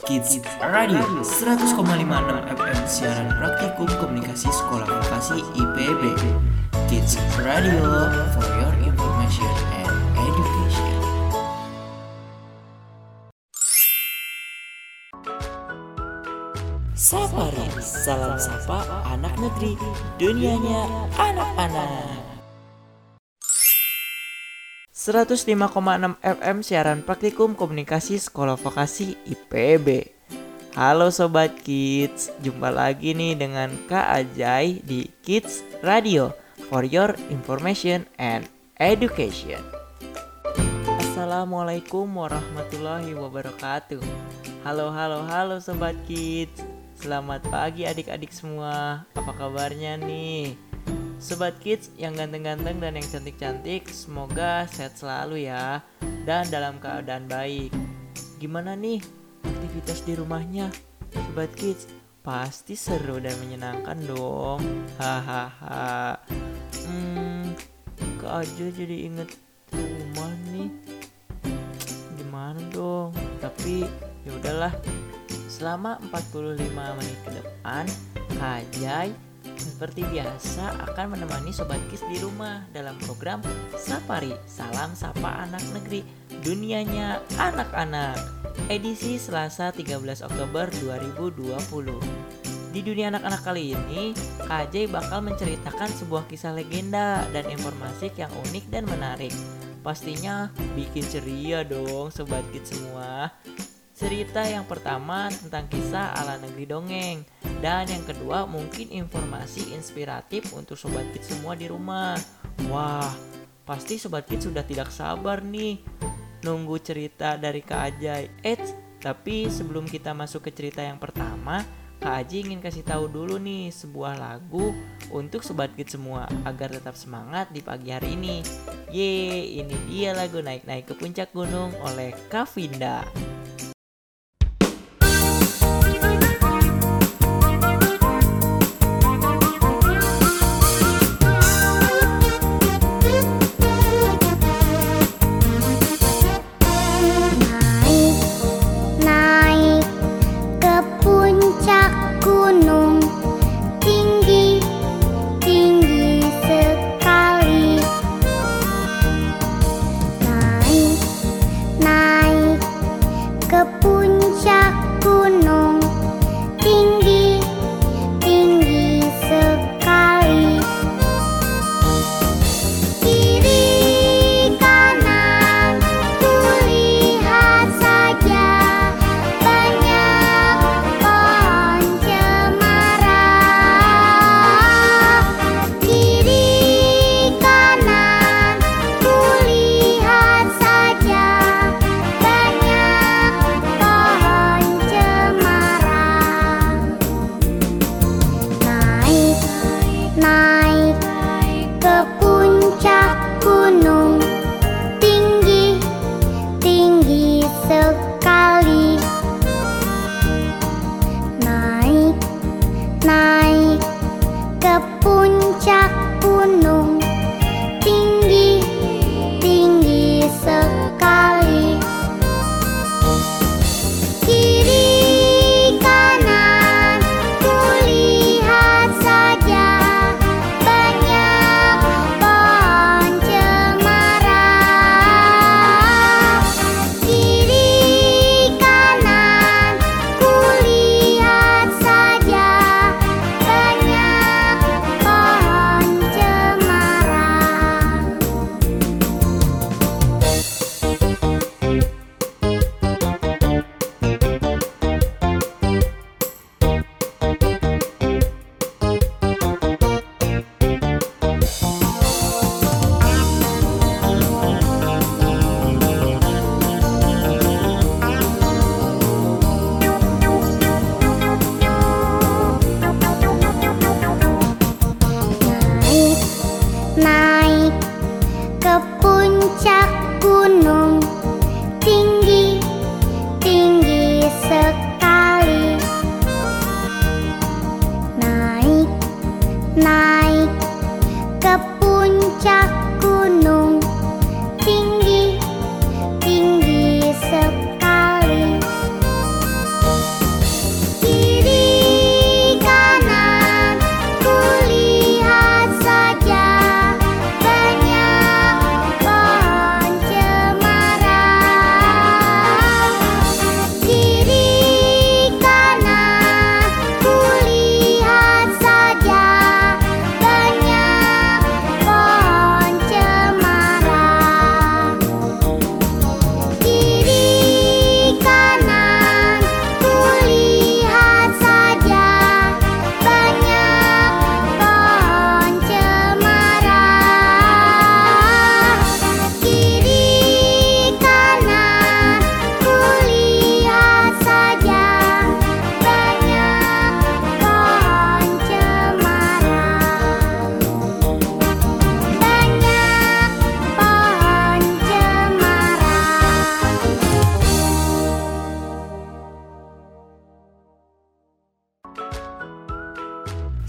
Kids Radio 100,56 FM siaran praktikum komunikasi sekolah vokasi IPB. Kids Radio for your information and education. Sapari, salam sapa anak negeri, dunianya anak-anak. 105,6 FM siaran praktikum komunikasi sekolah vokasi IPB. Halo Sobat Kids, jumpa lagi nih dengan Kak Ajay di Kids Radio for your information and education. Assalamualaikum warahmatullahi wabarakatuh. Halo Sobat Kids. Selamat pagi adik-adik semua. Apa kabarnya nih? Sobat Kids yang ganteng-ganteng dan yang cantik-cantik, semoga sehat selalu ya dan dalam keadaan baik. Gimana nih aktivitas di rumahnya? Sobat Kids, pasti seru dan menyenangkan dong. Hahaha. Kak aja jadi inget rumah nih. Gimana dong? Tapi ya udahlah. Selama 45 menit ke depan, Kak Ajay seperti biasa akan menemani Sobat Kids di rumah dalam program Sapari, Salam Sapa Anak Negeri, Dunianya Anak-anak, edisi Selasa 13 Oktober 2020. Di dunia anak-anak kali ini, Kak Ajay bakal menceritakan sebuah kisah legenda dan informasi yang unik dan menarik. Pastinya bikin ceria dong Sobat Kids semua. Cerita yang pertama tentang kisah ala negeri dongeng. Dan yang kedua mungkin informasi inspiratif untuk Sobat Kids semua di rumah. Wah, pasti Sobat Kids sudah tidak sabar nih nunggu cerita dari Kak Ajay. Tapi sebelum kita masuk ke cerita yang pertama, Kak Ajay ingin kasih tahu dulu nih sebuah lagu untuk Sobat Kids semua agar tetap semangat di pagi hari ini. Ini dia lagu Naik-Naik ke Puncak Gunung oleh Kak Vinda.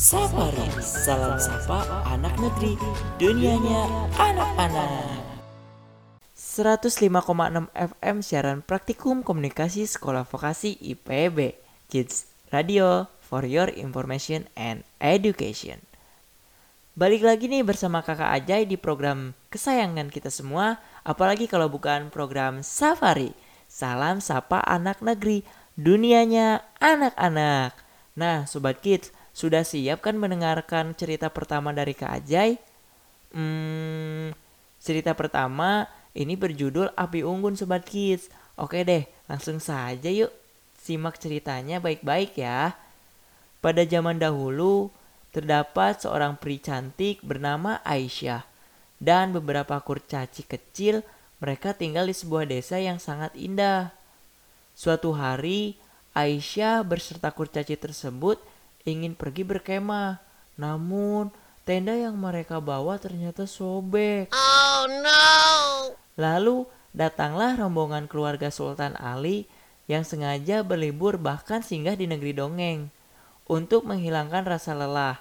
Safari, salam sapa anak negeri, dunianya anak-anak. 105,6 FM siaran praktikum komunikasi sekolah vokasi IPB. Kids Radio for your information and education. Balik lagi nih bersama Kakak Ajay di program kesayangan kita semua, apalagi kalau bukan program Safari. Salam sapa anak negeri, dunianya anak-anak. Nah, Sobat Kids, sudah siap kan mendengarkan cerita pertama dari Kak Ajay? Cerita pertama ini berjudul Api Unggun, Sobat Kids. Oke deh, langsung saja yuk. Simak ceritanya baik-baik ya. Pada zaman dahulu, terdapat seorang peri cantik bernama Aisyah. Dan beberapa kurcaci kecil, mereka tinggal di sebuah desa yang sangat indah. Suatu hari, Aisyah beserta kurcaci tersebut ingin pergi berkemah. Namun, tenda yang mereka bawa ternyata sobek. Oh no! Lalu, datanglah rombongan keluarga Sultan Ali yang sengaja berlibur bahkan singgah di negeri dongeng untuk menghilangkan rasa lelah.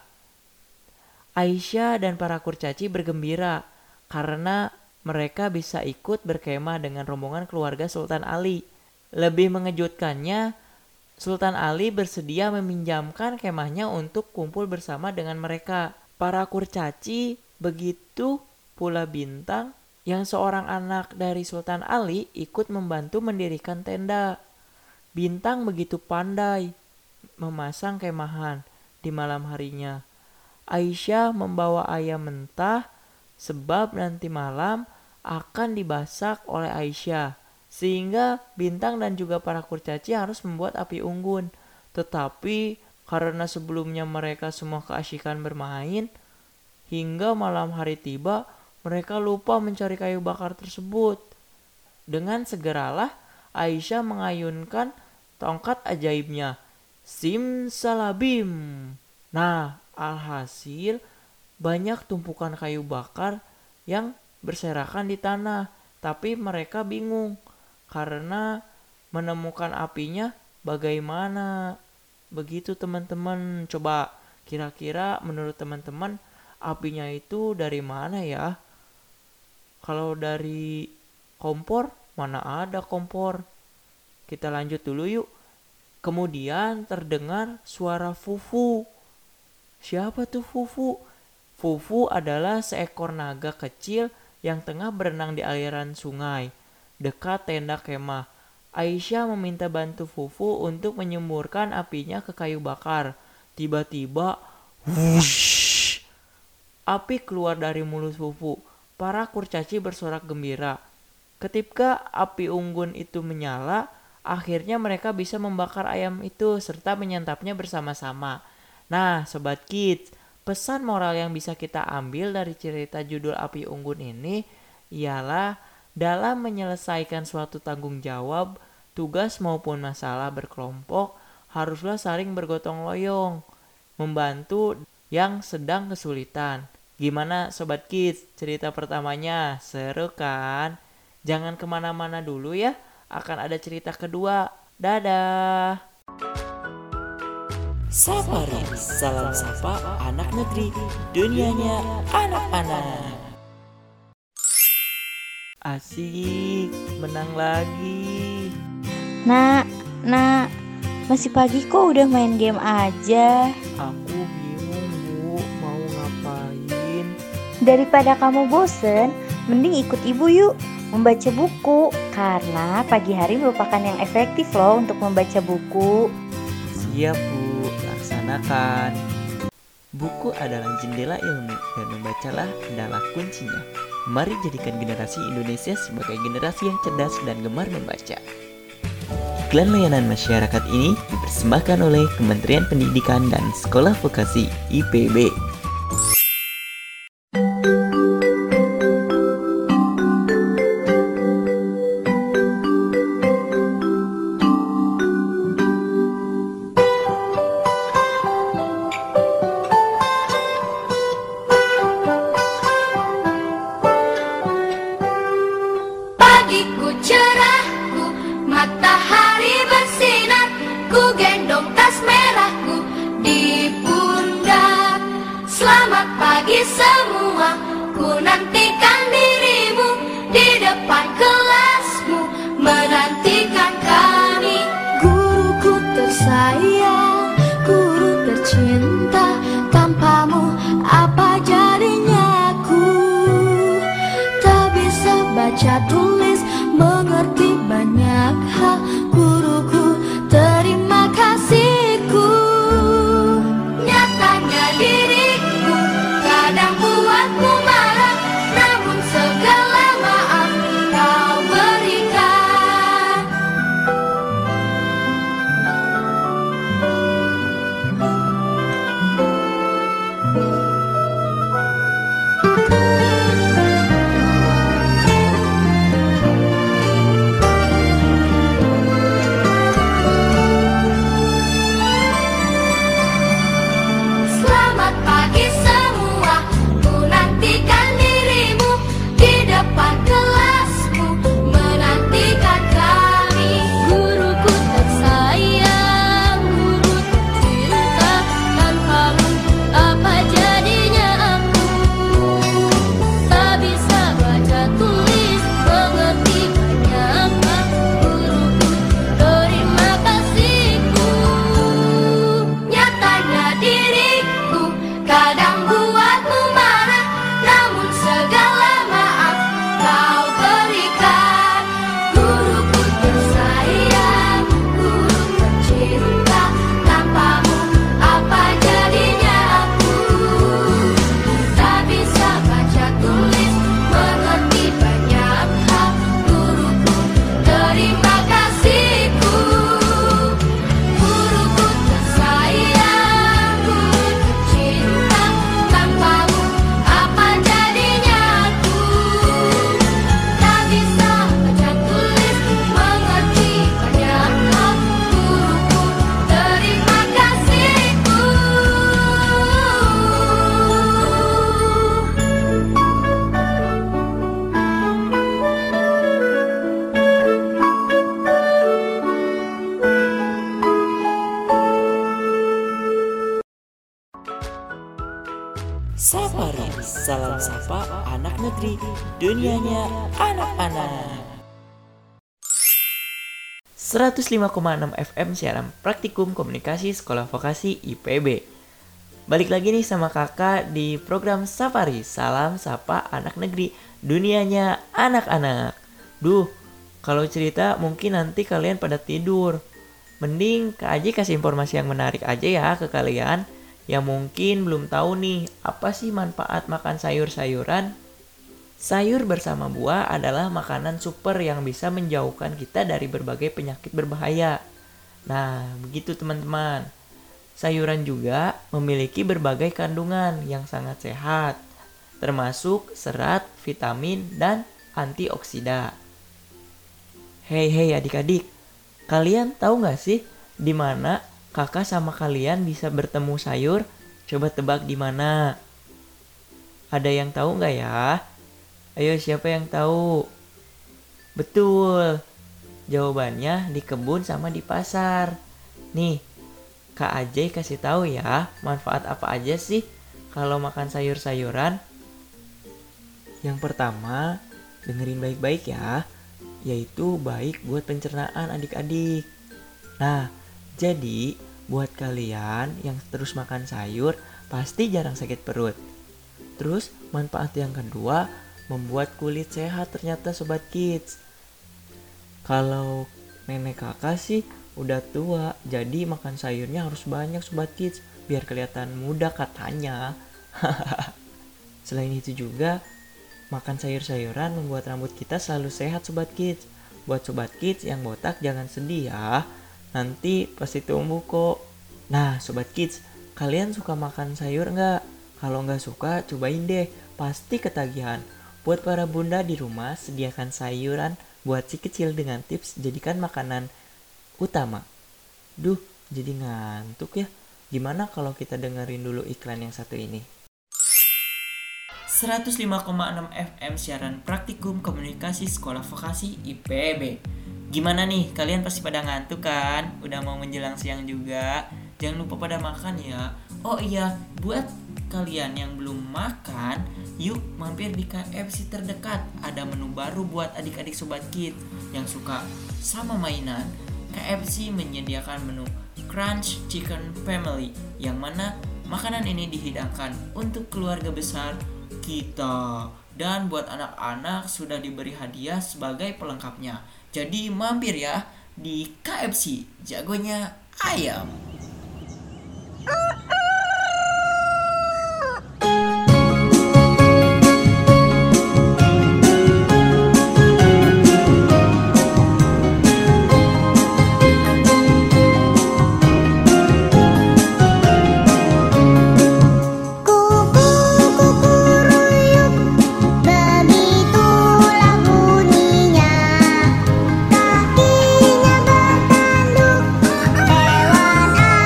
Aisyah dan para kurcaci bergembira karena mereka bisa ikut berkemah dengan rombongan keluarga Sultan Ali. Lebih mengejutkannya, Sultan Ali bersedia meminjamkan kemahnya untuk kumpul bersama dengan mereka. Para kurcaci, begitu pula Bintang, yang seorang anak dari Sultan Ali, ikut membantu mendirikan tenda. Bintang begitu pandai memasang kemahan di malam harinya. Aisyah membawa ayam mentah sebab nanti malam akan dibasak oleh Aisyah. Sehingga Bintang dan juga para kurcaci harus membuat api unggun. Tetapi karena sebelumnya mereka semua keasyikan bermain, hingga malam hari tiba mereka lupa mencari kayu bakar tersebut. Dengan segeralah Aisyah mengayunkan tongkat ajaibnya, Simsalabim. Nah, alhasil banyak tumpukan kayu bakar yang berserakan di tanah. Tapi mereka bingung karena menemukan apinya bagaimana. Begitu teman-teman. Coba kira-kira menurut teman-teman apinya itu dari mana ya? Kalau dari kompor, mana ada kompor? Kita lanjut dulu yuk. Kemudian terdengar suara Fufu. Siapa tuh Fufu? Fufu adalah seekor naga kecil yang tengah berenang di aliran sungai dekat tenda kemah. Aisyah meminta bantu Fufu untuk menyemburkan apinya ke kayu bakar. Tiba-tiba, wush, api keluar dari mulut Fufu. Para kurcaci bersorak gembira. Ketika api unggun itu menyala, akhirnya mereka bisa membakar ayam itu serta menyantapnya bersama-sama. Nah, Sobat Kids, pesan moral yang bisa kita ambil dari cerita judul Api Unggun ini ialah dalam menyelesaikan suatu tanggung jawab, tugas maupun masalah berkelompok, haruslah saling bergotong royong, membantu yang sedang kesulitan. Gimana Sobat Kids, cerita pertamanya? Seru kan? Jangan kemana-mana dulu ya, akan ada cerita kedua. Dadah! Safari, salam sapa anak negeri, dunianya anak-anak. Asik, menang lagi. Nak, masih pagi kok udah main game aja? Aku bingung Bu, mau ngapain? Daripada kamu bosen, mending ikut ibu yuk membaca buku. Karena pagi hari merupakan yang efektif loh untuk membaca buku. Siap Bu, laksanakan. Buku adalah jendela ilmu dan membacalah adalah kuncinya. Mari jadikan generasi Indonesia sebagai generasi yang cerdas dan gemar membaca. Iklan layanan masyarakat ini dipersembahkan oleh Kementerian Pendidikan dan Sekolah Vokasi IPB. Matahari bersinar, ku gendong tas merahku di pundak. Salam sapa anak negeri, dunianya anak-anak. 105,6 FM siaran praktikum komunikasi sekolah vokasi IPB. Balik lagi nih sama kakak di program Safari. Salam sapa anak negeri, dunianya anak-anak. Duh, kalau cerita mungkin nanti kalian pada tidur. Mending Kak Aji kasih informasi yang menarik aja ya ke kalian yang mungkin belum tahu nih apa sih manfaat makan sayur-sayuran. Sayur bersama buah adalah makanan super yang bisa menjauhkan kita dari berbagai penyakit berbahaya. Nah, begitu teman-teman. Sayuran juga memiliki berbagai kandungan yang sangat sehat, termasuk serat, vitamin, dan antioksida. Hei adik-adik, kalian tahu nggak sih di mana kakak sama kalian bisa bertemu sayur? Coba tebak di mana? Ada yang tahu nggak ya? Ayo siapa yang tahu? Betul, jawabannya di kebun sama di pasar. Nih, Kak Ajay kasih tahu ya manfaat apa aja sih kalau makan sayur-sayuran. Yang pertama, dengerin baik-baik ya. Yaitu baik buat pencernaan adik-adik. Nah, jadi buat kalian yang terus makan sayur pasti jarang sakit perut. Terus manfaat yang kedua, membuat kulit sehat ternyata Sobat Kids. Kalau nenek kakak sih udah tua, jadi makan sayurnya harus banyak Sobat Kids biar kelihatan muda katanya. Selain itu juga makan sayur-sayuran membuat rambut kita selalu sehat Sobat Kids. Buat Sobat Kids yang botak jangan sedih ya. Nanti pasti tumbuh kok. Nah Sobat Kids, kalian suka makan sayur nggak? Kalau nggak suka cobain deh, pasti ketagihan. Buat para bunda di rumah, sediakan sayuran buat si kecil dengan tips jadikan makanan utama. Duh, jadi ngantuk ya. Gimana kalau kita dengerin dulu iklan yang satu ini? 105,6 FM siaran praktikum komunikasi sekolah vokasi IPB. Gimana nih, kalian pasti pada ngantuk kan? Udah mau menjelang siang juga. Jangan lupa pada makan ya. Oh iya, buat kalian yang belum makan, yuk mampir di KFC terdekat. Ada menu baru buat adik-adik Sobat Kids yang suka sama mainan. KFC menyediakan menu Crunch Chicken Family, yang mana makanan ini dihidangkan untuk keluarga besar kita. Dan buat anak-anak sudah diberi hadiah sebagai pelengkapnya. Jadi mampir ya di KFC, jagonya ayam. Kakinya bertanduk, hewan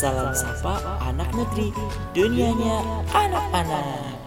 salam sapa anak negeri, dunianya anak-anak.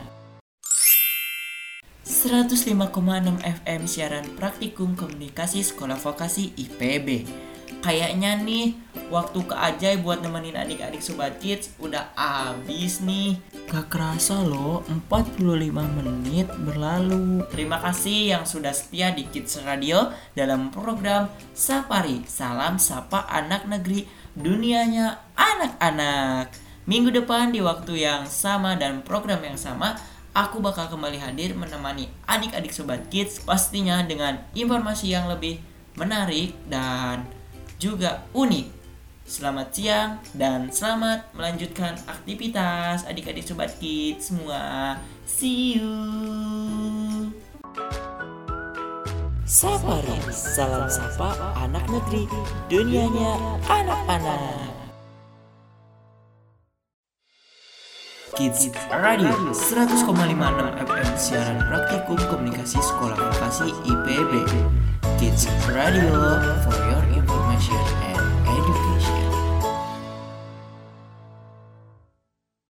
105,6 FM siaran praktikum komunikasi sekolah vokasi IPB. Kayaknya nih waktu ke Ajay buat nemenin adik-adik Sobat Kids udah habis nih. Gak kerasa loh 45 menit berlalu. Terima kasih yang sudah setia di Kids Radio dalam program Sapari, salam sapa anak negeri, dunianya anak-anak. Minggu depan di waktu yang sama dan program yang sama, aku bakal kembali hadir menemani adik-adik Sobat Kids, pastinya dengan informasi yang lebih menarik dan juga unik. Selamat siang dan selamat melanjutkan aktivitas adik-adik Sobat Kids semua. See you. Sapari, salam sapa anak negeri, dunianya anak-anak. Kids Radio 100,56 FM siaran praktikum komunikasi sekolah vokasi IPB. Kids Radio